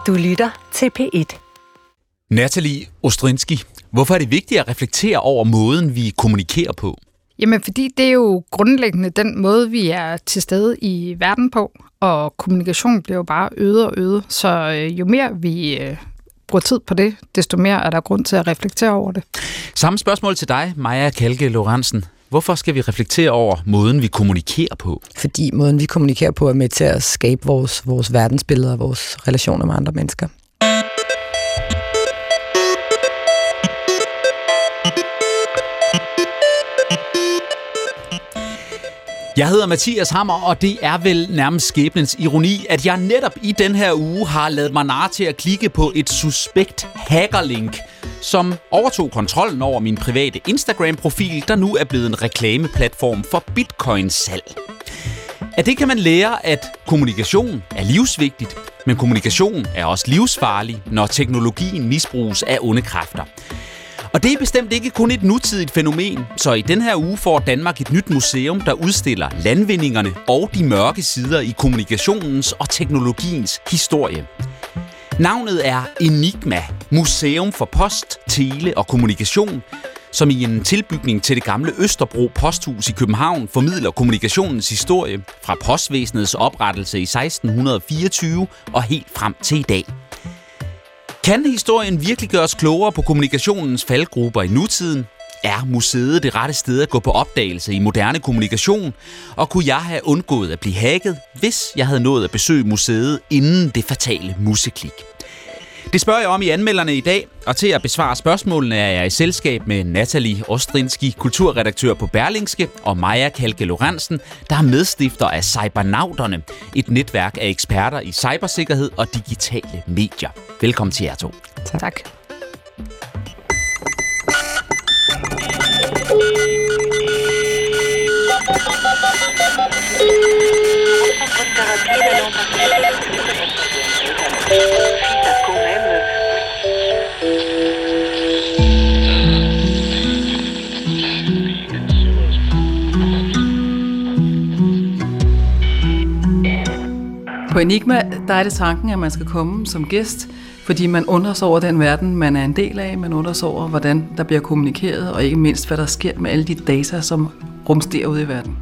Du lytter til P1. Natalie Ostrinski, hvorfor er det vigtigt at reflektere over måden, vi kommunikerer på? Jamen, fordi det er jo grundlæggende den måde, vi er til stede i verden på, og kommunikation bliver jo bare øget og øget. Så jo mere vi bruger tid på det, desto mere er der grund til at reflektere over det. Samme spørgsmål til dig, Maja Kalke Lorentzen. Hvorfor skal vi reflektere over måden, vi kommunikerer på? Fordi måden, vi kommunikerer på, er med til at skabe vores verdensbilleder og vores relationer med andre mennesker. Jeg hedder Mathias Hammer, og det er vel nærmest skæbnens ironi, at jeg netop i den her uge har ladet mig narre til at klikke på et suspekt hackerlink, som overtog kontrollen over min private Instagram-profil, der nu er blevet en reklameplatform for bitcoin-salg. Af det kan man lære, at kommunikation er livsvigtigt, men kommunikation er også livsfarlig, når teknologien misbruges af onde kræfter. Og det er bestemt ikke kun et nutidigt fænomen, så i den her uge får Danmark et nyt museum, der udstiller landvindingerne og de mørke sider i kommunikationens og teknologiens historie. Navnet er Enigma, Museum for Post, Tele og Kommunikation, som i en tilbygning til det gamle Østerbro Posthus i København formidler kommunikationens historie fra postvæsenets oprettelse i 1624 og helt frem til i dag. Kan historien virkelig gøre os klogere på kommunikationens faldgrupper i nutiden? Er museet det rette sted at gå på opdagelse i moderne kommunikation? Og kunne jeg have undgået at blive hacket, hvis jeg havde nået at besøge museet inden det fatale museklik? Det spørger jeg om i anmelderne i dag, og til at besvare spørgsmålene er jeg i selskab med Natalie Ostrinski, kulturredaktør på Berlingske, og Maja Kalke Lorentzen, der er medstifter af Cybernauterne, et netværk af eksperter i cybersikkerhed og digitale medier. Velkommen til jer to. Tak. På Enigma, der er det tanken, at man skal komme som gæst, fordi man undrer sig over den verden, man er en del af. Man undrer sig over, hvordan der bliver kommunikeret, og ikke mindst, hvad der sker med alle de data, som rumsterer ude i verden.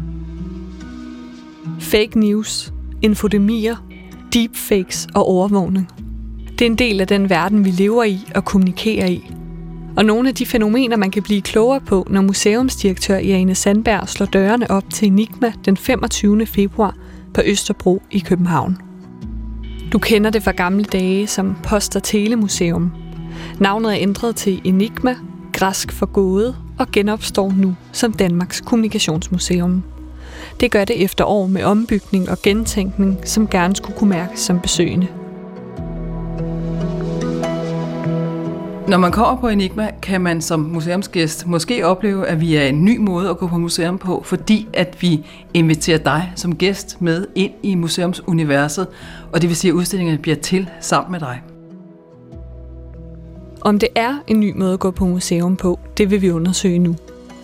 Fake news, infodemier, deepfakes og overvågning. Det er en del af den verden, vi lever i og kommunikerer i. Og nogle af de fænomener, man kan blive klogere på, når museumsdirektør Irene Sandberg slår dørene op til Enigma den 25. februar på Østerbro i København. Du kender det fra gamle dage som Post- og Telemuseum. Navnet er ændret til Enigma, græsk for gåde, og genopstår nu som Danmarks Kommunikationsmuseum. Det gør det efter år med ombygning og gentænkning, som gerne skulle kunne mærkes som besøgende. Når man kommer på Enigma, kan man som museumsgæst måske opleve, at vi er en ny måde at gå på museum på, fordi at vi inviterer dig som gæst med ind i museumsuniverset, og det vil sige, at udstillingerne bliver til sammen med dig. Om det er en ny måde at gå på museum på, det vil vi undersøge nu.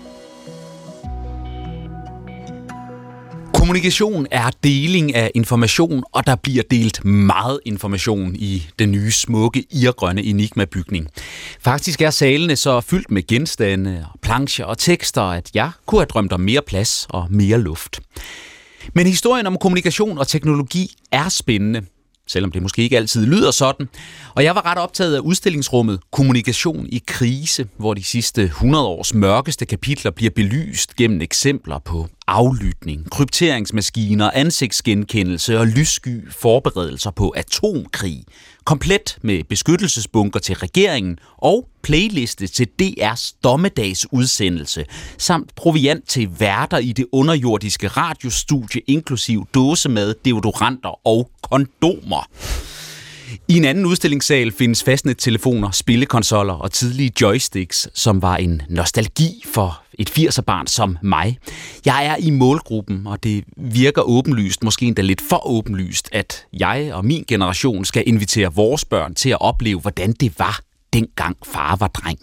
Kommunikation er deling af information, og der bliver delt meget information i den nye, smukke, irgrønne Enigma-bygning. Faktisk er salene så fyldt med genstande, plancher og tekster, at jeg kunne have drømt om mere plads og mere luft. Men historien om kommunikation og teknologi er spændende, selvom det måske ikke altid lyder sådan. Og jeg var ret optaget af udstillingsrummet Kommunikation i krise, hvor de sidste 100 års mørkeste kapitler bliver belyst gennem eksempler på aflytning, krypteringsmaskiner, ansigtsgenkendelse og lyssky forberedelser på atomkrig, komplet med beskyttelsesbunker til regeringen og playliste til DR's dommedagsudsendelse, samt proviant til værter i det underjordiske radiostudie, inklusiv dåsemad, deodoranter og kondomer. I en anden udstillingssal findes fastnettelefoner, spillekonsoller og tidlige joysticks, som var en nostalgi for et 80'er-barn som mig. Jeg er i målgruppen, og det virker åbenlyst, måske endda lidt for åbenlyst, at jeg og min generation skal invitere vores børn til at opleve, hvordan det var, dengang far var dreng.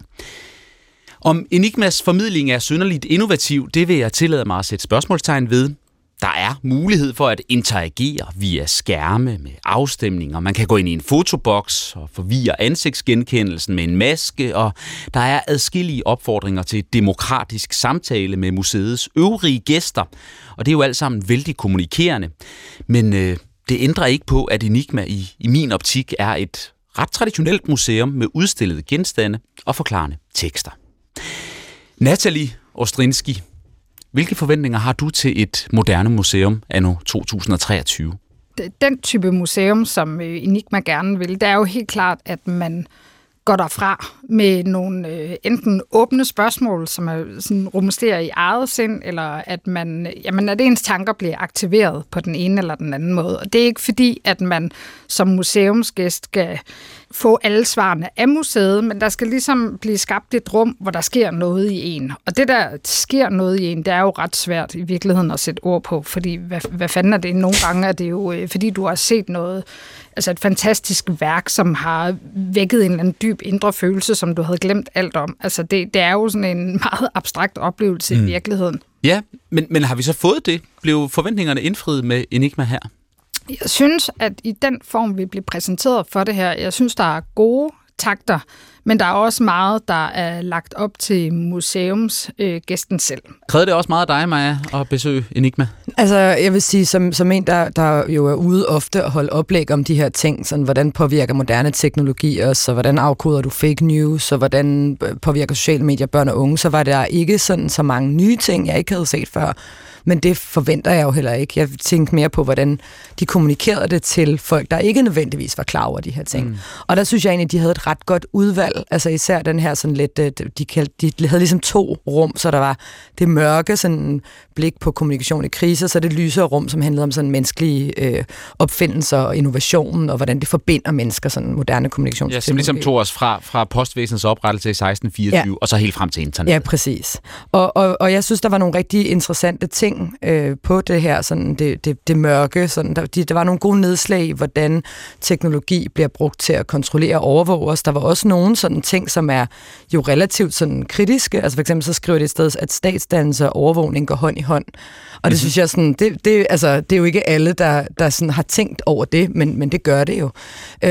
Om Enigmas formidling er synderligt innovativ, det vil jeg tillade mig at sætte spørgsmålstegn ved. Der er mulighed for at interagere via skærme med afstemninger. Man kan gå ind i en fotoboks og forvirre ansigtsgenkendelsen med en maske, og der er adskillige opfordringer til demokratisk samtale med museets øvrige gæster. Og det er jo alt sammen vældig kommunikerende. Men det ændrer ikke på, at Enigma i min optik er et ret traditionelt museum med udstillede genstande og forklarende tekster. Natalie Ostrinski, hvilke forventninger har du til et moderne museum anno 2023? Den type museum, som Enigma gerne vil, det er jo helt klart, at man går derfra med nogle enten åbne spørgsmål, som er sådan rumsterer i eget sind, eller at at ens tanker bliver aktiveret på den ene eller den anden måde. Og det er ikke fordi, at man som museumsgæst skal få alle svarene af museet, men der skal ligesom blive skabt et rum, hvor der sker noget i en. Og det, der sker noget i en, det er jo ret svært i virkeligheden at sætte ord på, fordi hvad fanden er det? Nogle gange er det jo, fordi du har set noget, altså et fantastisk værk, som har vækket en eller anden dyb indre følelse, som du havde glemt alt om. Altså det er jo sådan en meget abstrakt oplevelse i virkeligheden. Ja, men har vi så fået det? Blev forventningerne indfriet med Enigma her? Jeg synes, at i den form, vi bliver præsenteret for det her, jeg synes, der er gode takter, men der er også meget, der er lagt op til museumsgæsten selv. Krævede det også meget af dig, Maja, at besøge Enigma? Altså, jeg vil sige, som en, der jo er ude ofte at holde oplæg om de her ting, sådan hvordan påvirker moderne teknologi os, og hvordan afkoder du fake news, og hvordan påvirker sociale medier børn og unge, så var der ikke sådan så mange nye ting, jeg ikke havde set før. Men det forventer jeg jo heller ikke. Jeg tænkte mere på, hvordan de kommunikerede det til folk, der ikke nødvendigvis var klar over de her ting. Og der synes jeg egentlig, de havde et ret godt udvalg. Altså især den her sådan lidt, de havde ligesom 2 rum, så der var det mørke, sådan blik på kommunikation i kriser, så det lysere rum, som handlede om sådan menneskelige opfindelser og innovation, og hvordan det forbinder mennesker, sådan moderne kommunikation. Ja, som ligesom tog os fra postvæsenets oprettelse i 1624, og så helt frem til internet. Ja, præcis. Og jeg synes, der var nogle rigtig interessante ting på det her, sådan det mørke. Sådan, der var nogle gode nedslag i, hvordan teknologi bliver brugt til at kontrollere og overvåge os. Der var også nogle sådan ting, som er jo relativt sådan kritiske. Altså for eksempel så skriver det et sted, at statsdannelse og overvågning går hånd i hånd. Og det synes jeg sådan, det er jo ikke alle, der sådan har tænkt over det, men det gør det jo.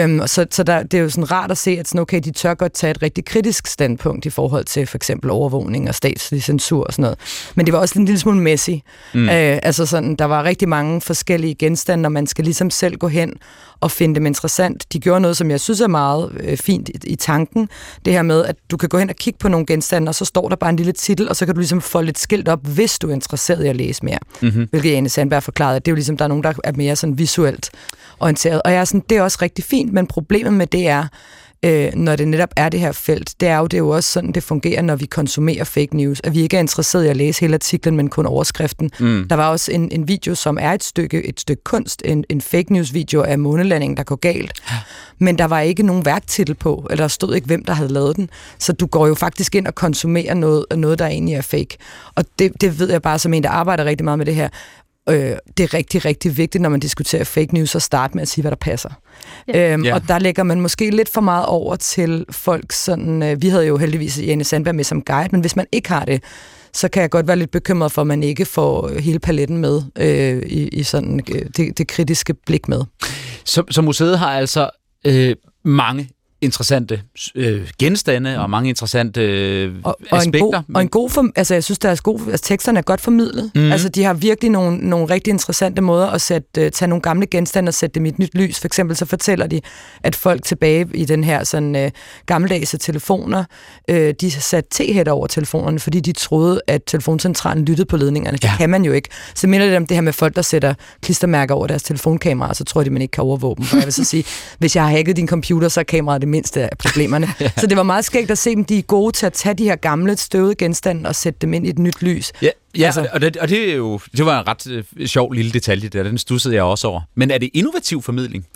Så det er jo sådan rart at se, at sådan, okay, de tør godt tage et rigtig kritisk standpunkt i forhold til for eksempel overvågning og statslig censur og sådan noget. Men det var også en lille smule messy. Altså sådan, der var rigtig mange forskellige genstande, og man skal ligesom selv gå hen og finde dem interessant. De gjorde noget, som jeg synes er meget fint i tanken. Det her med, at du kan gå hen og kigge på nogle genstande, og så står der bare en lille titel, og så kan du ligesom få lidt skilt op, hvis du er interesseret i at læse mere. Hvilket Jane Sandberg forklarede. Det er jo ligesom, der er nogen, der er mere sådan visuelt orienteret. Og jeg er sådan, det er også rigtig fint, men problemet med det er, når det netop er det her felt, det er jo også sådan, det fungerer, når vi konsumerer fake news, at vi ikke er interesseret i at læse hele artiklen, men kun overskriften. Der var også en video, som er et stykke kunst, en fake news video af månelandingen, der går galt. Men der var ikke nogen værktitel på, eller der stod ikke, hvem der havde lavet den. Så du går jo faktisk ind og konsumerer noget der egentlig er fake. Og det ved jeg bare som en, der arbejder rigtig meget med det her. Det er rigtig, rigtig vigtigt, når man diskuterer fake news, at starte med at sige, hvad der passer. Og der lægger man måske lidt for meget over til folk sådan... vi havde jo heldigvis Jane Sandberg med som guide, men hvis man ikke har det, så kan jeg godt være lidt bekymret for, at man ikke får hele paletten med i sådan det kritiske blik med. Så museet har altså mange interessante genstande og mange interessante aspekter. Og en god altså jeg synes, der er teksterne er godt formidlet. Altså de har virkelig nogle rigtig interessante måder at tage nogle gamle genstande og sætte dem i et nyt lys. For eksempel så fortæller de, at folk tilbage i den her sådan gammeldags telefoner, de satte tehætter over telefonerne, fordi de troede, at telefoncentralen lyttede på ledningerne. Det kan man jo ikke. Så minder det om det her med folk, der sætter klistermærker over deres telefonkameraer, så tror de, man ikke kan overvåge dem. Og jeg vil så sige, hvis jeg har hacket din computer, så er kameraet det mindste af problemerne. Så det var meget skægt at se dem, de er gode til at tage de her gamle støvede genstande og sætte dem ind i et nyt lys. Ja, altså. og det var en ret sjov lille detalje der, den stussede jeg også over. Men er det innovativ formidling?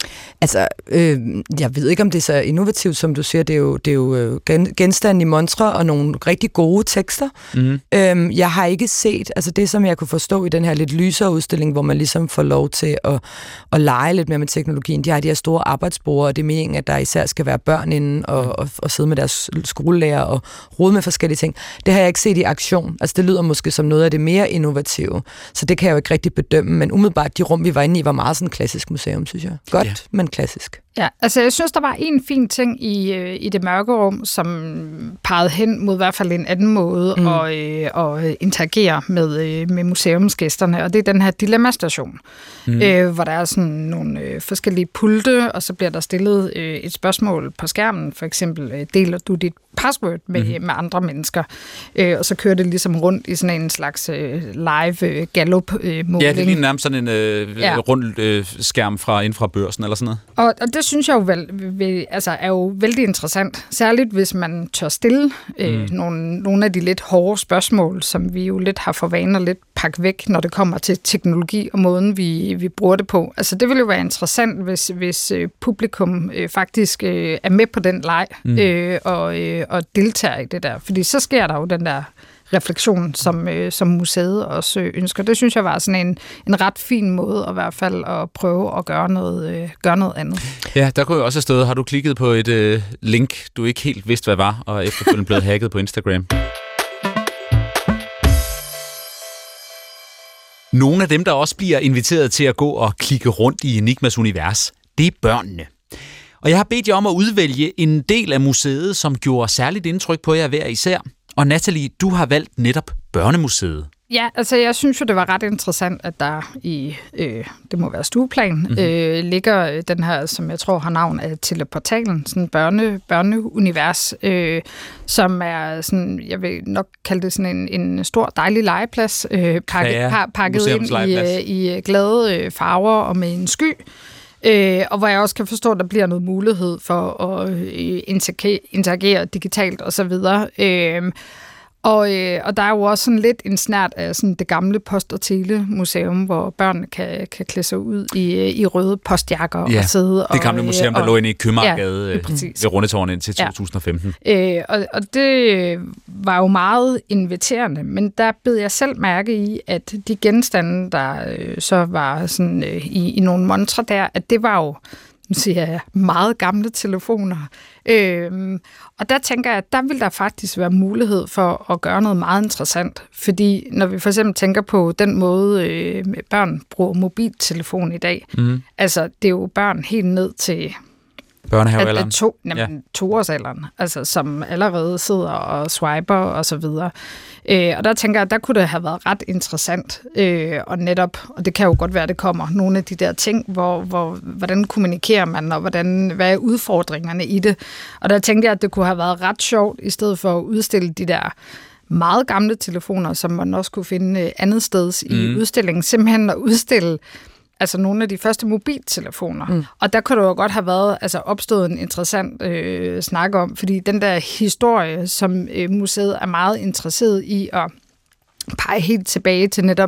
Altså, jeg ved ikke, om det er så innovativt, som du siger. Det er jo genstande i montre og nogle rigtig gode tekster. Mm. Jeg har ikke set, altså det, som jeg kunne forstå i den her lidt lysere udstilling, hvor man ligesom får lov til at lege lidt mere med teknologien. De har de her store arbejdsborde, og det er meningen, at der især skal være børn inde og sidde med deres skolelærer og rode med forskellige ting. Det har jeg ikke set i aktion. Altså, det lyder måske som noget af det mere innovative. Så det kan jeg jo ikke rigtig bedømme, men umiddelbart de rum, vi var inde i, var meget sådan klassisk museum, synes jeg. Godt, men klassisk. Ja, altså jeg synes, der var en fin ting i det mørke rum, som pegede hen mod i hvert fald en anden måde at interagere med museumsgæsterne, og det er den her dilemmastation, hvor der er sådan nogle forskellige pulte, og så bliver der stillet et spørgsmål på skærmen, for eksempel, deler du dit password med andre mennesker, og så kører det ligesom rundt i sådan en slags live Gallup-måling. Ja, det er lige nærmest sådan en rund skærm fra Børsen eller sådan noget. Og det synes jeg jo er jo vældig interessant, særligt hvis man tør stille nogle af de lidt hårde spørgsmål, som vi jo lidt har for vane at lidt pakke væk, når det kommer til teknologi og måden, vi bruger det på. Altså det ville jo være interessant, hvis publikum faktisk er med på den leg og deltager i det der, fordi så sker der jo den der refleksion, som museet også ønsker. Det synes jeg var sådan en ret fin måde at i hvert fald at prøve at gøre noget andet. Ja, der kunne jo også have stået, har du klikket på et link, du ikke helt vidste, hvad var, og efterfølgende blevet hacket på Instagram. Nogle af dem, der også bliver inviteret til at gå og klikke rundt i Enigmas univers, det er børnene. Og jeg har bedt jer om at udvælge en del af museet, som gjorde særligt indtryk på jer hver især. Og Nathalie, du har valgt netop Børnemuseet. Ja, altså jeg synes jo, det var ret interessant, at der i, det må være Stueplan, ligger den her, som jeg tror har navn af Teleportalen, sådan børneunivers, som er sådan, jeg vil nok kalde det sådan en stor, dejlig legeplads, pakket ind i glade farver og med en sky. Og hvor jeg også kan forstå, at der bliver noget mulighed for at interagere digitalt osv. Og der er jo også sådan lidt en snert af sådan det gamle Post- og Telemuseum, hvor børnene kan klæde sig ud i røde postjakker og sidde. Det gamle museum, der lå inde i Købmagergade ved Rundetårn indtil 2015. Og det var jo meget inviterende, men der bed jeg selv mærke i, at de genstande, der så var sådan i nogle montre der, at det var jo siger jeg, meget gamle telefoner. Og der tænker jeg, at der vil der faktisk være mulighed for at gøre noget meget interessant. Fordi når vi for eksempel tænker på den måde, børn bruger mobiltelefon i dag, altså det er jo børn helt ned til børnehavealderen. Toårsalderen, altså som allerede sidder og swiper og så videre. Og der tænker jeg, at der kunne det have været ret interessant. Og netop, og det kan jo godt være, at det kommer nogle af de der ting, hvordan kommunikerer man, og hvad er udfordringerne i det. Og der tænkte jeg, at det kunne have været ret sjovt, i stedet for at udstille de der meget gamle telefoner, som man også kunne finde andet sted i udstillingen. Simpelthen at udstille altså nogle af de første mobiltelefoner. Og der kunne det jo godt have været opstået en interessant snak om, fordi den der historie, som museet er meget interesseret i at pege helt tilbage til netop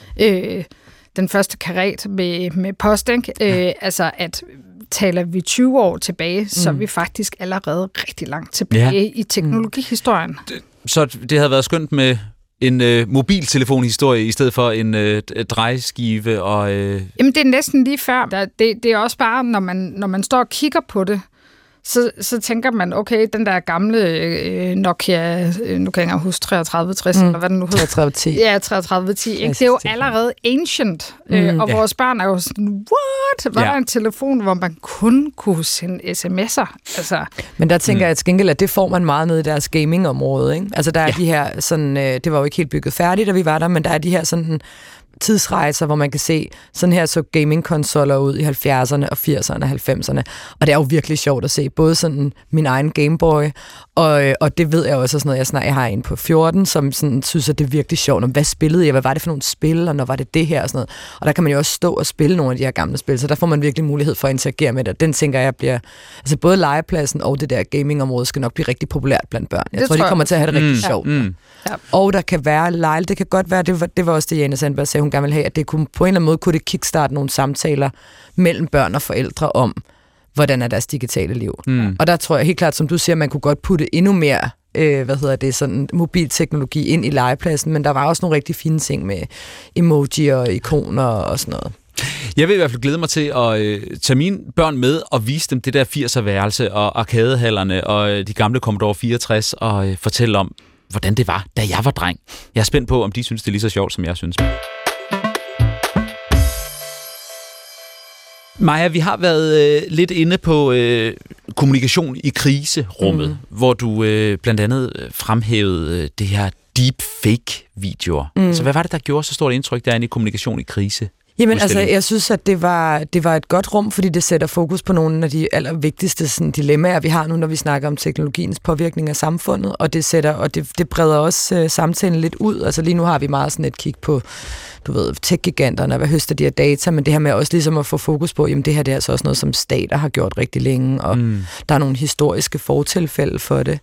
den første karet med post, altså at taler vi 20 år tilbage, så er vi faktisk allerede rigtig langt tilbage i teknologihistorien. Så det havde været skønt med en mobiltelefonhistorie i stedet for en drejeskive og... Jamen, det er næsten lige før. Det er også bare, når man står og kigger på det, så tænker man, okay, den der gamle Nokia, nu kan jeg ikke engang huske 3360, eller hvad den nu hedder. 3310. Ja, 3310. Ikke? Det er jo allerede ancient, og vores børn er jo sådan, what? Var der en telefon, hvor man kun kunne sende sms'er? Altså. Men der tænker jeg til gengæld, at det får man meget ned i deres gamingområde, ikke? Altså der er de her sådan, det var jo ikke helt bygget færdigt, da vi var der, men der er de her sådan tidsrejser, hvor man kan se, sådan her så gaming-konsoller ud i 70'erne og 80'erne og 90'erne. Og det er jo virkelig sjovt at se. Både sådan min egen Gameboy, og det ved jeg også sådan noget. Jeg har en på 14, som sådan, synes, at det er virkelig sjovt. Hvad spillede jeg? Hvad var det for nogle spil? Og når var det her? Og sådan noget. Og der kan man jo også stå og spille nogle af de her gamle spil, så der får man virkelig mulighed for at interagere med det. Den tænker jeg bliver... Altså både legepladsen og det der gaming-område skal nok blive rigtig populært blandt børn. Jeg tror, de kommer til at have det rigtig sjovt. Ja. Og der kan være det kan godt være, det var også det, Jane Sandberg sagde, hun gerne vil have, at det kunne, på en eller anden måde kunne det kickstarte nogle samtaler mellem børn og forældre om, hvordan er deres digitale liv. Og der tror jeg helt klart, som du siger, man kunne godt putte endnu mere sådan mobilteknologi ind i legepladsen, men der var også nogle rigtig fine ting med emoji og ikoner og sådan noget. Jeg vil i hvert fald glæde mig til at tage mine børn med og vise dem det der 80'er-værelse og arkadehallerne og de gamle Commodore 64 og fortælle om, hvordan det var, da jeg var dreng. Jeg er spændt på, om de synes, det er lige så sjovt, som jeg synes. Maja, vi har været lidt inde på kommunikation i kriserummet, hvor du blandt andet fremhævede det her deepfake-videoer. Så hvad var det, der gjorde så stort indtryk derinde i kommunikation i krise? Jamen altså, jeg synes, at det var et godt rum, fordi det sætter fokus på nogle af de allervigtigste sådan, dilemmaer, vi har nu, når vi snakker om teknologiens påvirkning af samfundet, og det breder også samtalen lidt ud. Altså lige nu har vi meget sådan et kig på, du ved, tech-giganterne, hvad høster de af data, men det her med også ligesom at få fokus på, jamen det her det er altså også noget, som stater har gjort rigtig længe, og der er nogle historiske fortilfælde for det.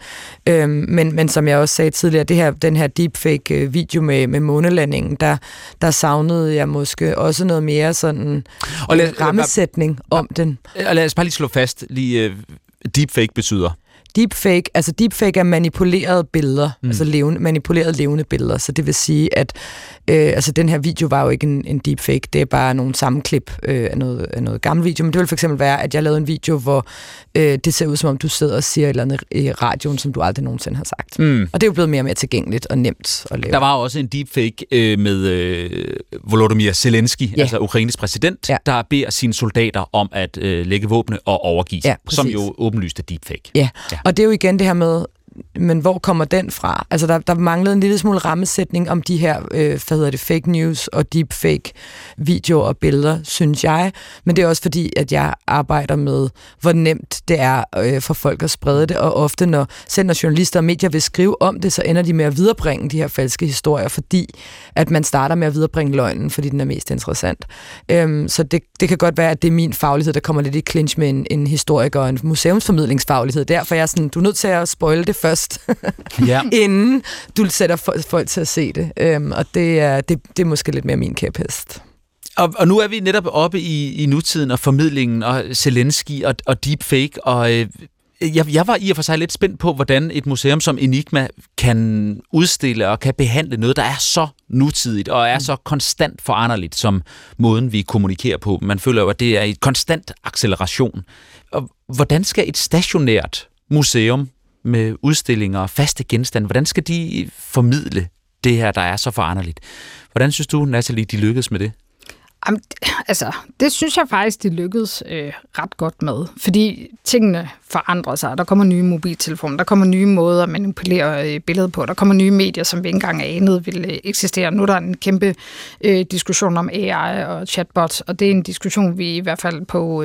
Men som jeg også sagde tidligere, den her deepfake-video med månelandingen, der savnede jeg måske også noget mere sådan rammesætning om den. Og lad os bare lige slå fast, deepfake betyder... Deepfake er manipulerede billeder, altså manipulerede levende billeder, så det vil sige, at den her video var jo ikke en deepfake, det er bare nogle sammenklip af noget gammel video, men det vil for eksempel være, at jeg lavede en video, hvor det ser ud som om, du sidder og siger et eller andet i radioen, som du aldrig nogensinde har sagt. Og det er jo blevet mere og mere tilgængeligt og nemt at lave. Der var også en deepfake med Volodymyr Zelensky, altså Ukraines præsident, der beder sine soldater om at lægge våbne og overgive sig, som jo åbenlyst er deepfake. Ja. Og det er jo igen det her med, men hvor kommer den fra? Altså, der manglede en lille smule rammesætning om de her, fake news og deepfake videoer og billeder, synes jeg. Men det er også fordi, at jeg arbejder med, hvor nemt det er for folk at sprede det, og ofte, når journalister og medier vil skrive om det, så ender de med at viderebringe de her falske historier, fordi at man starter med at viderebringe løgnen, fordi den er mest interessant. Så det kan godt være, at det er min faglighed, der kommer lidt i clinch med en historiker og en museumsformidlingsfaglighed. Derfor er jeg sådan, du er nødt til at spoile det først, inden du sætter folk til at se det. Og det er måske lidt mere min kæphest. Og nu er vi netop oppe i nutiden og formidlingen og Zelensky og deepfake, og jeg var i og for sig lidt spændt på, hvordan et museum som Enigma kan udstille og kan behandle noget, der er så nutidigt og er så konstant foranderligt som måden, vi kommunikerer på. Man føler jo, at det er et konstant acceleration. Og hvordan skal et stationært museum med udstillinger og faste genstande, hvordan skal de formidle det her, der er så foranderligt? Hvordan synes du, Natalie, de lykkedes med det? Altså, det synes jeg faktisk, de lykkedes ret godt med, fordi tingene forandrer sig. Der kommer nye mobiltelefoner, der kommer nye måder at manipulere billedet på, der kommer nye medier, som vi ikke engang anede ville eksistere. Nu er der en kæmpe diskussion om AI og chatbots, og det er en diskussion, vi i hvert fald på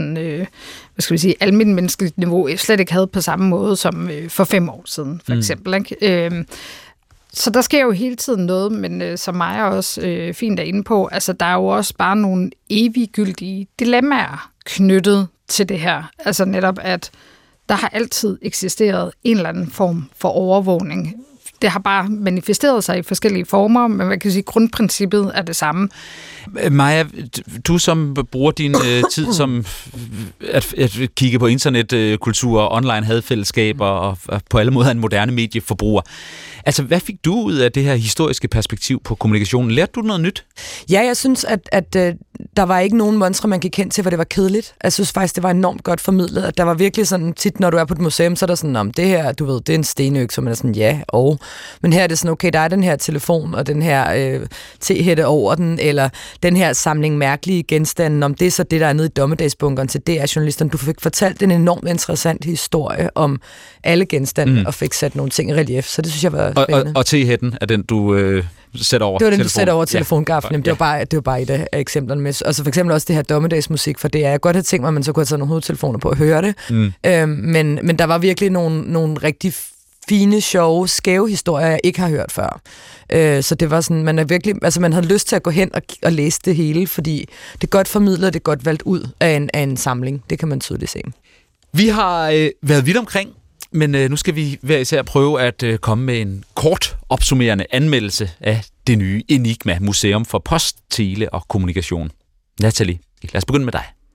almindeligt menneskeligt niveau slet ikke havde på samme måde som for 5 år siden, for eksempel. Ikke? Så der sker jo hele tiden noget, men som mig også fint er inde på, altså der er jo også bare nogle eviggyldige dilemmaer knyttet til det her. Altså netop, at der har altid eksisteret en eller anden form for overvågning. Det har bare manifesteret sig i forskellige former, men man kan sige, at grundprincippet er det samme. Maja, du som bruger din tid som at kigge på internetkultur og online hadfællesskaber og på alle måder en moderne medieforbruger. Altså, hvad fik du ud af det her historiske perspektiv på kommunikationen? Lærte du noget nyt? Ja, jeg synes, at der var ikke nogen monstre, man gik hen til, hvor det var kedeligt. Jeg synes faktisk, det var enormt godt formidlet, at der var virkelig sådan, tit når du er på et museum, så er der sådan, om det her, du ved, det er en stenøk, så man er sådan, ja, og. Men her er det sådan, okay, der er den her telefon, og den her tehætte over den, eller den her samling mærkelige genstande, om det er så det, der er nede i dommedagsbunkeren til DR-journalisterne. Du fik fortalt en enormt interessant historie om alle genstande, og fik sat nogle ting i relief, så det synes jeg var spændende. Og tehætten er den, du sætter over telefonen? Det var den, du sætter over telefongaflen. Ja. Det var bare et af eksemplerne med. Og så for eksempel også det her dommedagsmusik, for det er jeg godt have tænkt mig, at man så kunne have taget nogle hovedtelefoner på at høre det. Men der var virkelig nogle rigtig fine, sjove, skæve historier, jeg ikke har hørt før. Så det var sådan, man havde lyst til at gå hen og læse det hele, fordi det er godt formidlet, og det er godt valgt ud af en samling. Det kan man tydeligt se. Vi har været vidt omkring, men nu skal vi hver især prøve at komme med en kort opsummerende anmeldelse af det nye Enigma Museum for Post, Tele og Kommunikation. Natalie, lad os begynde med dig.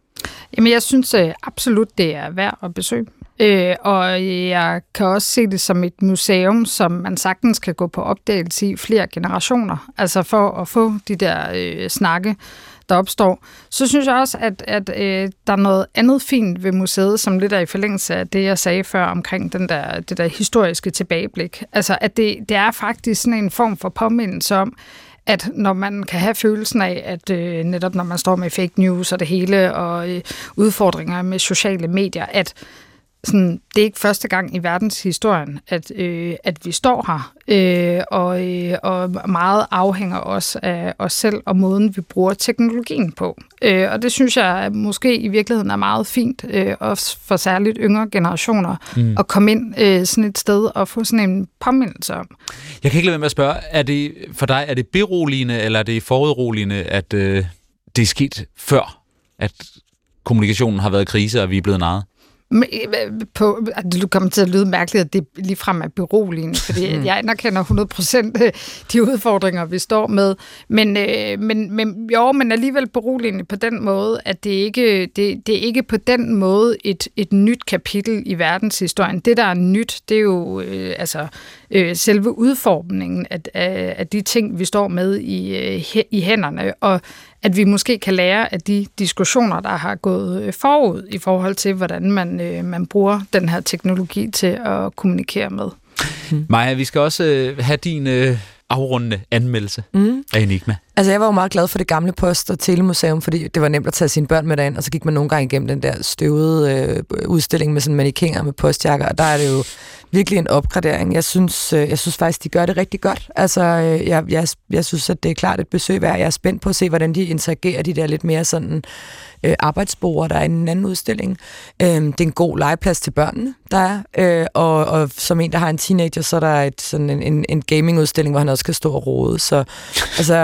Jamen, jeg synes absolut, det er værd at besøge. Og jeg kan også se det som et museum, som man sagtens kan gå på opdagelse i flere generationer. Altså for at få de der snakke, der opstår. Så synes jeg også, at der er noget andet fint ved museet, som lidt er i forlængelse af det, jeg sagde før omkring det der historiske tilbageblik. Altså, at det er faktisk sådan en form for påmindelse om, at når man kan have følelsen af, at netop når man står med fake news og det hele, og udfordringer med sociale medier, at sådan, det er ikke første gang i verdenshistorien, at vi står her, og meget afhænger også af os selv og måden, vi bruger teknologien på. Og det synes jeg måske i virkeligheden er meget fint, også for særligt yngre generationer, at komme ind sådan et sted og få sådan en påmindelse om. Jeg kan ikke lade være med at spørge, er det beroligende, eller er det forudroligende, at det er sket før, at kommunikationen har været i krise, og vi er blevet narret? Du kommer til at lyde mærkeligt, at det ligefrem er beroligende, fordi jeg anerkender 100% de udfordringer, vi står med. Men alligevel beroligende på den måde, at det er ikke på den måde et nyt kapitel i verdenshistorien. Det, der er nyt, det er jo selve udformningen af de ting, vi står med i hænderne, og at vi måske kan lære af de diskussioner, der har gået forud i forhold til, hvordan man bruger den her teknologi til at kommunikere med. Maja, vi skal også have din afrundende anmeldelse af Enigma. Altså, jeg var jo meget glad for det gamle Post- og Telemuseum, fordi det var nemt at tage sine børn med derind, og så gik man nogle gange igennem den der støvede udstilling med sådan mannequiner med postjakker, og der er det jo virkelig en opgradering. Jeg synes faktisk, de gør det rigtig godt. Altså, jeg synes, at det er klart et besøg værd. Jeg er spændt på at se, hvordan de interagerer, de der lidt mere sådan arbejdsbord, der er en anden udstilling. Det er en god legeplads til børnene, der er. Og som en, der har en teenager, så er der en gamingudstilling, hvor han også kan stå og rode. Så altså,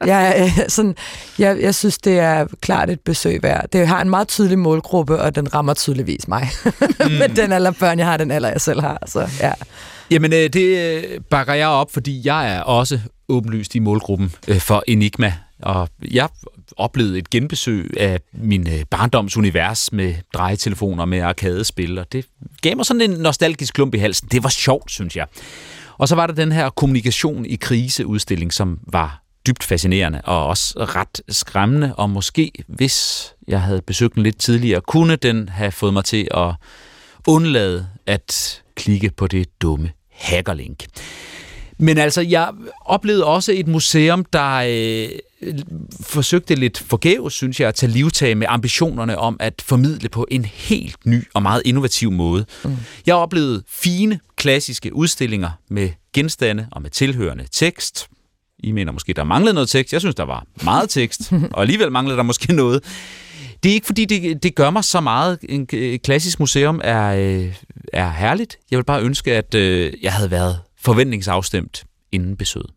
jeg synes, det er klart et besøg værd. Det har en meget tydelig målgruppe, og den rammer tydeligvis mig. Men den alder børn, jeg har, den alder, jeg selv har. Så, ja. Jamen, det bakker jeg op, fordi jeg er også åbenlyst i målgruppen for Enigma. Og jeg oplevede et genbesøg af min barndomsunivers med drejetelefoner, med arkadespil, og det gav mig sådan en nostalgisk klump i halsen. Det var sjovt, synes jeg. Og så var der den her kommunikation i krise-udstilling, som var dybt fascinerende og også ret skræmmende, og måske, hvis jeg havde besøgt den lidt tidligere, kunne den have fået mig til at undlade at klikke på det dumme hackerlink. Men altså, jeg oplevede også et museum, der forsøgte lidt forgæves, synes jeg, at tage livtag med ambitionerne om at formidle på en helt ny og meget innovativ måde. Jeg oplevede fine, klassiske udstillinger med genstande og med tilhørende tekst. I mener måske, der manglede noget tekst. Jeg synes, der var meget tekst, og alligevel manglede der måske noget. Det er ikke, fordi det gør mig så meget. En klassisk museum er herligt. Jeg vil bare ønske, at jeg havde været forventningsafstemt inden besøget.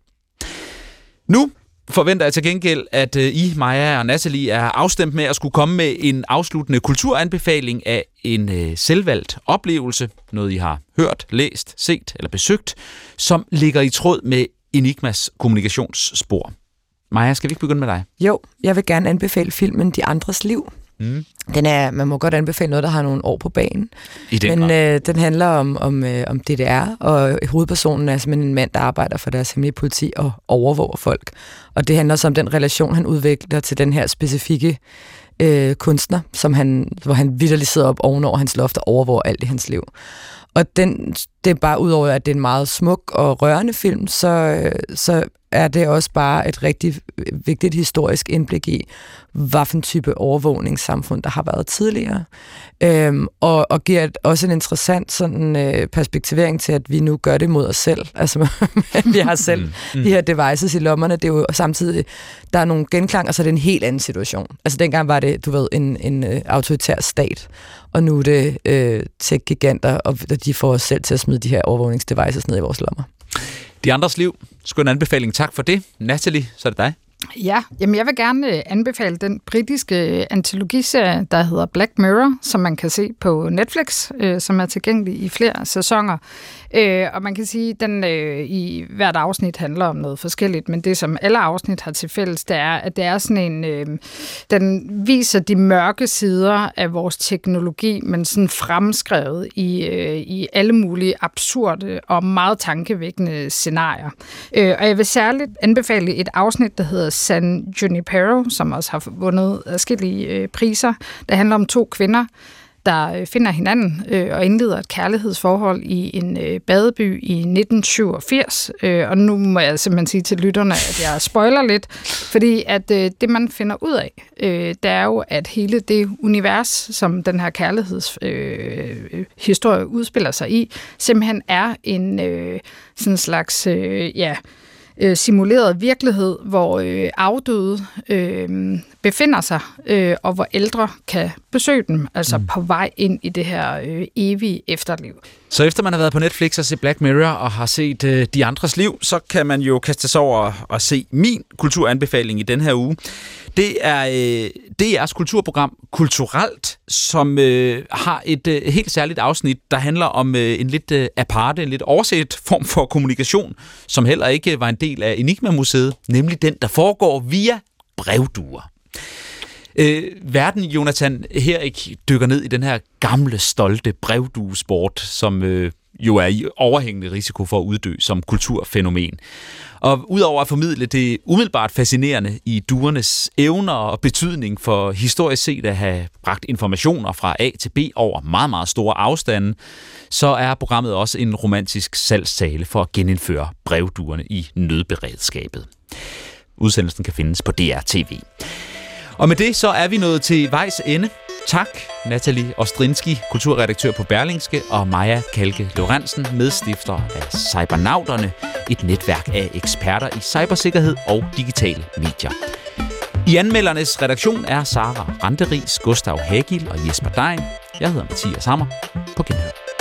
Nu forventer jeg til gengæld, at I, Maja og Nathalie, er afstemt med at skulle komme med en afsluttende kulturanbefaling af en selvvalgt oplevelse, noget I har hørt, læst, set eller besøgt, som ligger i tråd med Enigmas kommunikationsspor. Maja, skal vi ikke begynde med dig? Jo, jeg vil gerne anbefale filmen De Andres Liv. Man må godt anbefale noget, der har nogle år på banen. Den handler om DDR, og hovedpersonen er simpelthen en mand, der arbejder for deres hemmelige politi og overvåger folk. Og det handler så om den relation, han udvikler til den her specifikke kunstner, hvor han vitterligt sidder op ovenover hans loft og overvåger alt i hans liv. Og det er bare udover, at det er en meget smuk og rørende film, så er det også bare et rigtig vigtigt historisk indblik i, hvad for en type overvågningssamfund, der har været tidligere. Og giver også en interessant sådan, perspektivering til, at vi nu gør det mod os selv. Altså, vi har selv de her devices i lommerne. Det er jo samtidig, der er nogle genklang, og så er det en helt anden situation. Altså dengang var det, du ved, en autoritær stat, og nu er det tech-giganter, og de får os selv til at smide de her overvågningsdevices ned i vores lommer. De Andres Liv. Skøn anbefaling. Tak for det. Nathalie, så er det dig. Ja, jamen jeg vil gerne anbefale den britiske antologiserie, der hedder Black Mirror, som man kan se på Netflix, som er tilgængelig i flere sæsoner. Og man kan sige, at den i hvert afsnit handler om noget forskelligt, men det, som alle afsnit har til fælles, det er, at det er sådan en... den viser de mørke sider af vores teknologi, men sådan fremskrevet i alle mulige absurde og meget tankevækkende scenarier. Og jeg vil særligt anbefale et afsnit, der hedder San Junipero, som også har vundet adskillige priser. Det handler om 2 kvinder, der finder hinanden og indleder et kærlighedsforhold i en badeby i 1987. Og nu må jeg simpelthen sige til lytterne, at jeg spoiler lidt, fordi at det, man finder ud af, det er jo, at hele det univers, som den her kærlighedshistorie udspiller sig i, simpelthen er en sådan slags... simuleret virkelighed, hvor afdøde befinder sig, og hvor ældre kan besøge dem, altså på vej ind i det her evige efterliv. Så efter man har været på Netflix og set Black Mirror og har set de andres liv, så kan man jo kaste sig over og se min kulturanbefaling i den her uge. Det er DR's kulturprogram Kulturelt, som har et helt særligt afsnit, der handler om en lidt aparte, en lidt overset form for kommunikation, som heller ikke var en del af Enigma-museet, nemlig den, der foregår via brevduer. Verden, Jonathan Herik, dykker ned i den her gamle, stolte brevduesport, som jo er i overhængende risiko for at uddø som kulturfænomen. Og udover at formidle det umiddelbart fascinerende i duernes evner og betydning for historisk set at have bragt informationer fra A til B over meget, meget store afstande, så er programmet også en romantisk salgstale for at genindføre brevduerne i nødberedskabet. Udsendelsen kan findes på DR TV. Og med det så er vi nået til vejs ende. Tak, Nathalie Ostrinski, kulturredaktør på Berlingske, og Maja Kalke Lorentzen, medstifter af Cybernauterne, et netværk af eksperter i cybersikkerhed og digitale medier. I anmeldernes redaktion er Sara Randeris, Gustav Hagil og Jesper Dein. Jeg hedder Mathias Hammer. På genhør.